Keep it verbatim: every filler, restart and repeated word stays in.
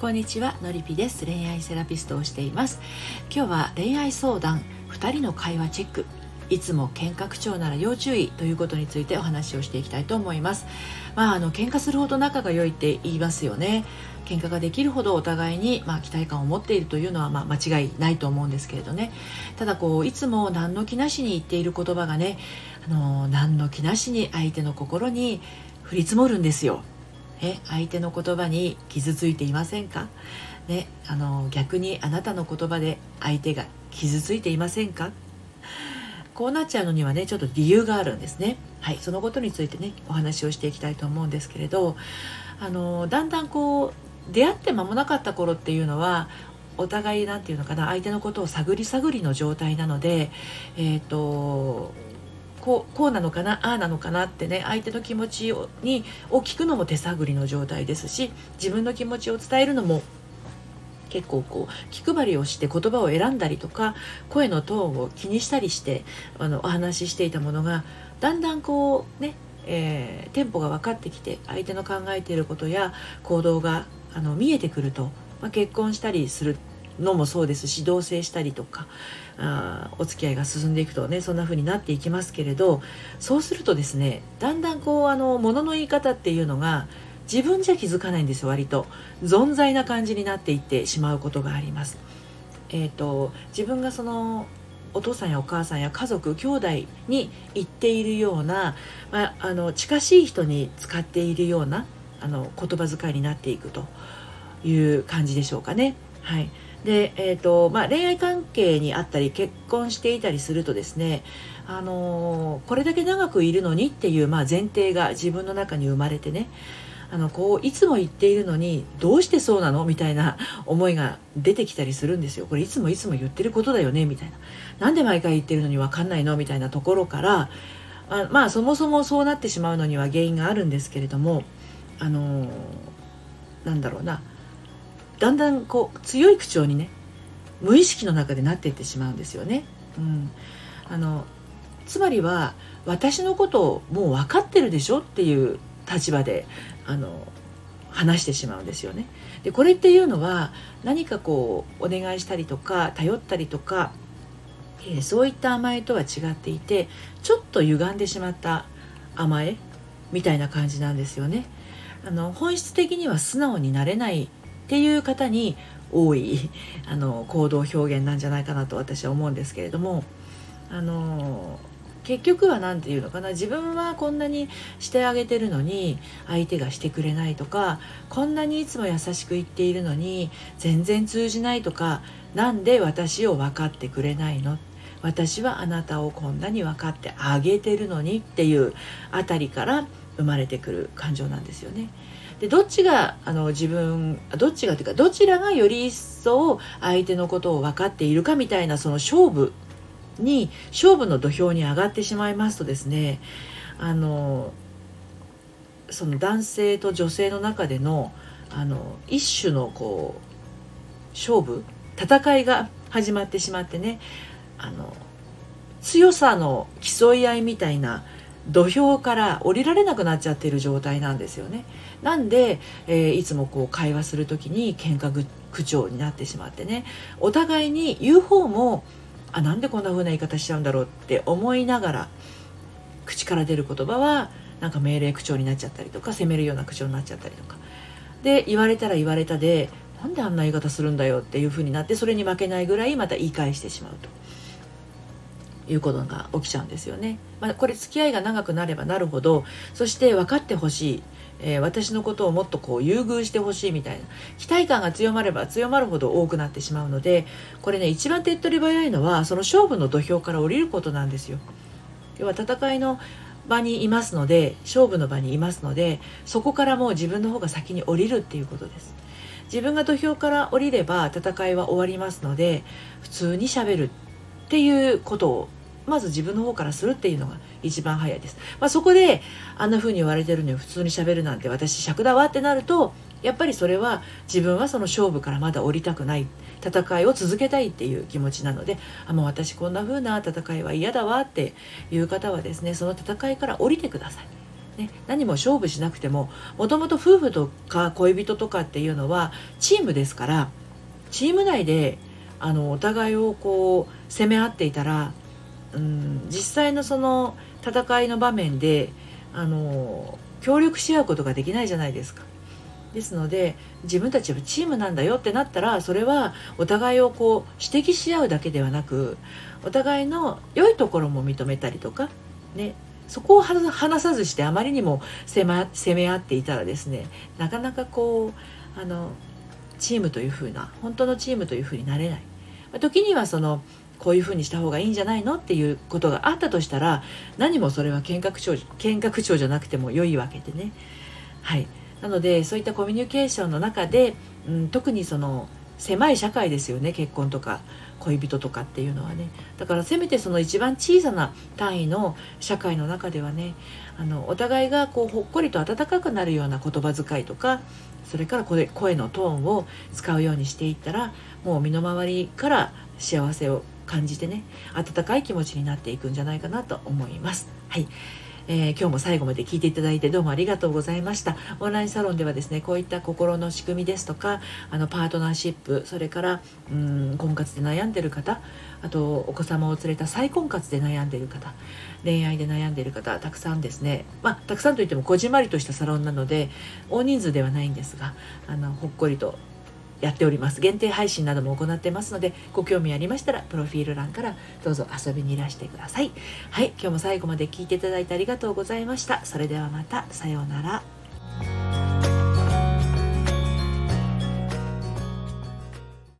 こんにちは、のりぴです。恋愛セラピストをしています。今日は恋愛相談、ふたりの会話チェック、いつも喧嘩口調なら要注意ということについてお話をしていきたいと思います。まあ、あの喧嘩するほど仲が良いって言いますよね。喧嘩ができるほどお互いに、まあ、期待感を持っているというのは、まあ、間違いないと思うんですけれどね。ただこういつも何の気なしに言っている言葉がね、あの何の気なしに相手の心に降り積もるんですよ。え相手の言葉に傷ついていませんか、ね、あの逆にあなたの言葉で相手が傷ついていませんか。こうなっちゃうのにはね、ちょっと理由があるんですね。はい、そのことについてね、お話をしていきたいと思うんですけれど、あのだんだんこう出会って間もなかった頃っていうのは、お互いなんていうのかな、相手のことを探り探りの状態なので、えっとこう、こうなのかな、ああなのかなってね、相手の気持ちをにを聞くのも手探りの状態ですし、自分の気持ちを伝えるのも結構こう気配りをして言葉を選んだりとか、声のトーンを気にしたりしてあのお話ししていたものが、だんだんこうね、えー、テンポが分かってきて、相手の考えていることや行動があの見えてくると、まあ、結婚したりするのもそうですし、同棲したりとか、あお付き合いが進んでいくとね、そんな風になっていきますけれど、そうするとですね、だんだんこうあの物の言い方っていうのが自分じゃ気づかないんですよ。割と存在な感じになっていってしまうことがあります。えーと、自分がそのお父さんやお母さんや家族兄弟に言っているような、まあ、あの近しい人に使っているようなあの言葉遣いになっていくという感じでしょうかね。はい。で、えーとまあ、恋愛関係にあったり結婚していたりするとですね、あのーこれだけ長くいるのにっていう、まあ、前提が自分の中に生まれてね、あのこういつも言っているのにどうしてそうなのみたいな思いが出てきたりするんですよ。これいつもいつも言ってることだよねみたいな、なんで毎回言ってるのに分かんないのみたいなところから、あまあそもそもそうなってしまうのには原因があるんですけれども、あのーなんだろうな、だんだんこう強い口調にね、無意識の中でなっていってしまうんですよね。うん、あのつまりは私のことをもう分かってるでしょっていう立場であの話してしまうんですよね。でこれっていうのは、何かこうお願いしたりとか頼ったりとか、えーそういった甘えとは違っていて、ちょっと歪んでしまった甘えみたいな感じなんですよね。あの本質的には素直になれないっていう方に多いあの行動表現なんじゃないかなと私は思うんですけれども、あの結局は何て言うのかな、自分はこんなにしてあげてるのに相手がしてくれないとか、こんなにいつも優しく言っているのに全然通じないとか、なんで私を分かってくれないの、私はあなたをこんなに分かってあげてるのにっていうあたりから生まれてくる感情なんですよね。でどっちがあの自分どっちがというかどちらがより一層相手のことを分かっているかみたいな、その勝負に勝負の土俵に上がってしまいますとですね、あのその男性と女性の中でのあの一種のこう勝負戦いが始まってしまってね、あの強さの競い合いみたいな土俵から降りられなくなっちゃっている状態なんですよね。なんで、えーいつもこう会話する時に喧嘩口調になってしまってね、お互いに言う方もあなんでこんな風な言い方しちゃうんだろうって思いながら、口から出る言葉はなんか命令口調になっちゃったりとか、責めるような口調になっちゃったりとかで、言われたら言われたで、なんであんな言い方するんだよっていう風になって、それに負けないぐらいまた言い返してしまうということが起きちゃうんですよね。まあ、これ付き合いが長くなればなるほど、そして分かってほしい、えー私のことをもっとこう優遇してほしいみたいな期待感が強まれば強まるほど多くなってしまうので、これね、一番手っ取り早いのはその勝負の土俵から降りることなんですよ。要は戦いの場にいますので、勝負の場にいますので、そこからもう自分の方が先に降りるっていうことです。自分が土俵から降りれば戦いは終わりますので、普通に喋るっていうことをまず自分の方からするっていうのが一番早いです。まあ、そこであんな風に言われてるのに普通に喋るなんて私尺だわってなると、やっぱりそれは自分はその勝負からまだ降りたくない、戦いを続けたいっていう気持ちなので、あもう私こんな風な戦いは嫌だわっていう方はですね、その戦いから降りてください。 ね、何も勝負しなくても、もともと夫婦とか恋人とかっていうのはチームですから、チーム内であのお互いをこう攻め合っていたら、うん、実際のその戦いの場面であの協力し合うことができないじゃないですか。ですので、自分たちはチームなんだよってなったら、それはお互いをこう指摘し合うだけではなく、お互いの良いところも認めたりとかね、そこを話さずしてあまりにも攻め、攻め合っていたらですね、なかなかこうあのチームというふうな、本当のチームというふうになれない。時にはそのこういうふうにした方がいいんじゃないのっていうことがあったとしたら、何もそれは喧嘩口調喧嘩口調じゃなくても良いわけでね。はい。なので、そういったコミュニケーションの中で、うん、特にその狭い社会ですよね、結婚とか恋人とかっていうのはね。だからせめてその一番小さな単位の社会の中ではね、あのお互いがこうほっこりと温かくなるような言葉遣いとか、それから声声のトーンを使うようにしていったら、もう身の回りから幸せを感じてね、温かい気持ちになっていくんじゃないかなと思います。はい。えー、今日も最後まで聞いていただいてどうもありがとうございました。オンラインサロンではですね、こういった心の仕組みですとか、あのパートナーシップ、それからうん婚活で悩んでる方、あとお子様を連れた再婚活で悩んでる方、恋愛で悩んでる方、たくさんですね、まあたくさんといってもこじんまりとしたサロンなので大人数ではないんですが、あのほっこりとやっております。限定配信なども行ってますので、ご興味ありましたらプロフィール欄からどうぞ遊びにいらしてください。はい、今日も最後まで聞いていただいてありがとうございました。それではまた、さようなら。